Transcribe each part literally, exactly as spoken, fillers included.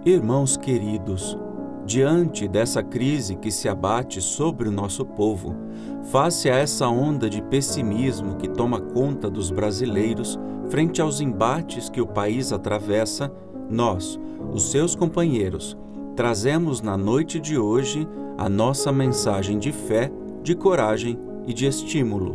Irmãos queridos, diante dessa crise que se abate sobre o nosso povo, face a essa onda de pessimismo que toma conta dos brasileiros frente aos embates que o país atravessa, nós, os seus companheiros, trazemos na noite de hoje a nossa mensagem de fé, de coragem e de estímulo.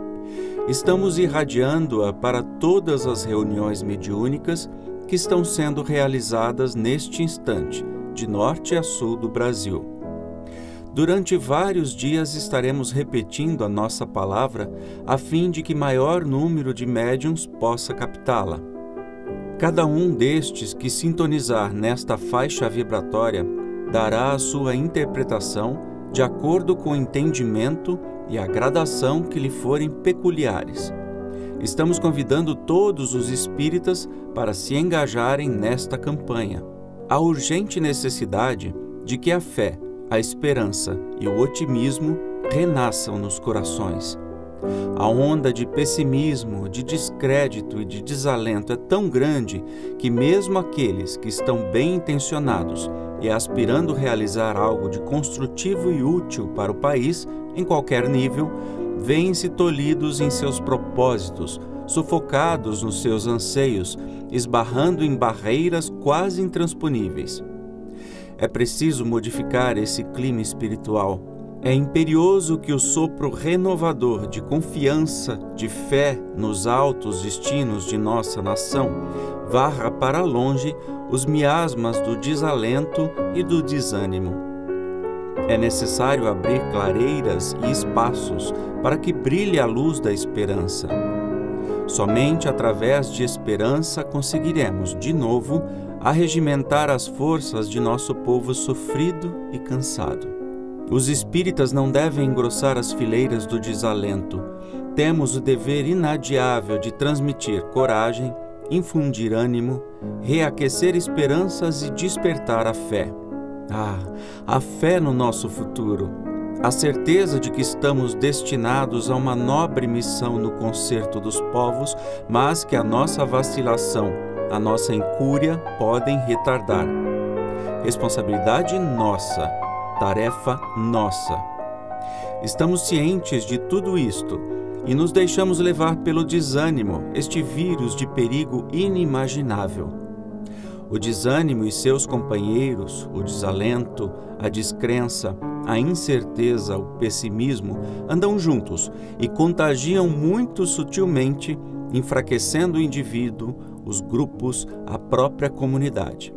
Estamos irradiando-a para todas as reuniões mediúnicas que estão sendo realizadas neste instante, de norte a sul do Brasil. Durante vários dias estaremos repetindo a nossa palavra a fim de que maior número de médiuns possa captá-la. Cada um destes que sintonizar nesta faixa vibratória dará a sua interpretação de acordo com o entendimento e a gradação que lhe forem peculiares. Estamos convidando todos os espíritas para se engajarem nesta campanha. Há urgente necessidade de que a fé, a esperança e o otimismo renasçam nos corações. A onda de pessimismo, de descrédito e de desalento é tão grande que mesmo aqueles que estão bem intencionados e aspirando realizar algo de construtivo e útil para o país, em qualquer nível, veem-se tolhidos em seus propósitos, sufocados nos seus anseios, esbarrando em barreiras quase intransponíveis. É preciso modificar esse clima espiritual. É imperioso que o sopro renovador de confiança, de fé nos altos destinos de nossa nação varra para longe os miasmas do desalento e do desânimo. É necessário abrir clareiras e espaços para que brilhe a luz da esperança. Somente através de esperança conseguiremos, de novo, arregimentar as forças de nosso povo sofrido e cansado. Os espíritas não devem engrossar as fileiras do desalento. Temos o dever inadiável de transmitir coragem, infundir ânimo, reaquecer esperanças e despertar a fé. Ah, a fé no nosso futuro, a certeza de que estamos destinados a uma nobre missão no concerto dos povos, mas que a nossa vacilação, a nossa incúria podem retardar. Responsabilidade nossa, tarefa nossa. Estamos cientes de tudo isto e nos deixamos levar pelo desânimo, este vírus de perigo inimaginável. O desânimo e seus companheiros, o desalento, a descrença, a incerteza, o pessimismo, andam juntos e contagiam muito sutilmente, enfraquecendo o indivíduo, os grupos, a própria comunidade.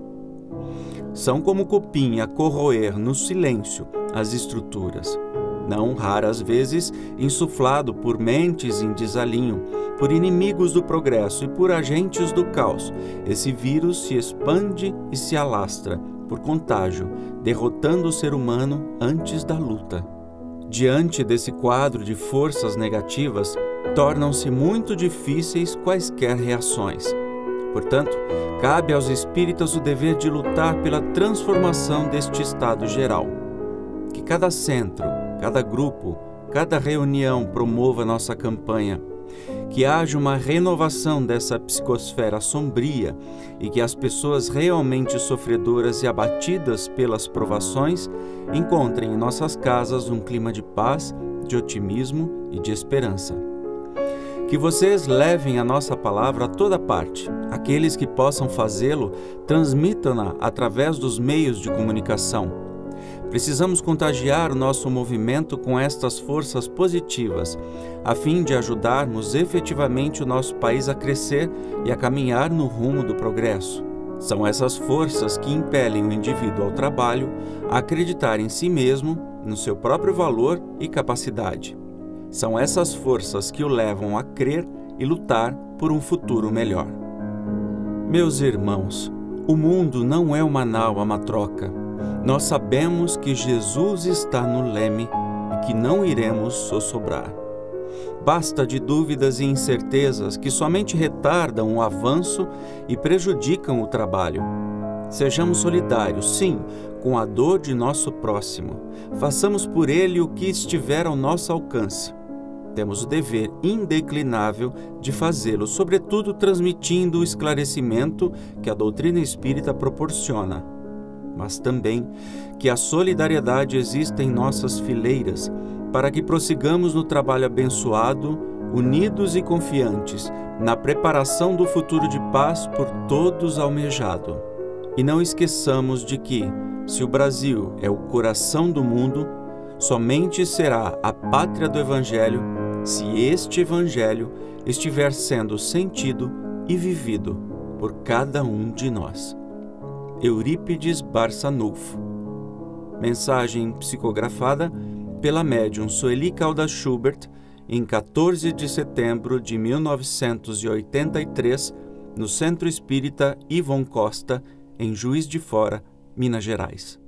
São como cupim a corroer no silêncio as estruturas, não raras vezes insuflado por mentes em desalinho, por inimigos do progresso e por agentes do caos. Esse vírus se expande e se alastra, por contágio, derrotando o ser humano antes da luta. Diante desse quadro de forças negativas, tornam-se muito difíceis quaisquer reações. Portanto, cabe aos espíritas o dever de lutar pela transformação deste estado geral. Que cada centro, cada grupo, cada reunião promova nossa campanha, que haja uma renovação dessa psicosfera sombria e que as pessoas realmente sofredoras e abatidas pelas provações encontrem em nossas casas um clima de paz, de otimismo e de esperança. Que vocês levem a nossa palavra a toda parte. Aqueles que possam fazê-lo, transmitam-na através dos meios de comunicação. Precisamos contagiar o nosso movimento com estas forças positivas, a fim de ajudarmos efetivamente o nosso país a crescer e a caminhar no rumo do progresso. São essas forças que impelem o indivíduo ao trabalho, a acreditar em si mesmo, no seu próprio valor e capacidade. São essas forças que o levam a crer e lutar por um futuro melhor. Meus irmãos, o mundo não é uma nau a matroca. Nós sabemos que Jesus está no leme e que não iremos sossobrar. Basta de dúvidas e incertezas que somente retardam o avanço e prejudicam o trabalho. Sejamos solidários, sim, com a dor de nosso próximo. Façamos por ele o que estiver ao nosso alcance. temos o dever indeclinável de fazê-lo, sobretudo transmitindo o esclarecimento que a doutrina espírita proporciona, mas também que a solidariedade exista em nossas fileiras, para que prossigamos no trabalho abençoado, unidos e confiantes, na preparação do futuro de paz por todos almejado. E não esqueçamos de que, se o Brasil é o coração do mundo, somente será a pátria do Evangelho se este Evangelho estiver sendo sentido e vivido por cada um de nós. Eurípides Barçanufo. Mensagem psicografada pela médium Sueli Caldas Schubert em quatorze de setembro de mil novecentos e oitenta e três, no Centro Espírita Ivon Costa, em Juiz de Fora, Minas Gerais.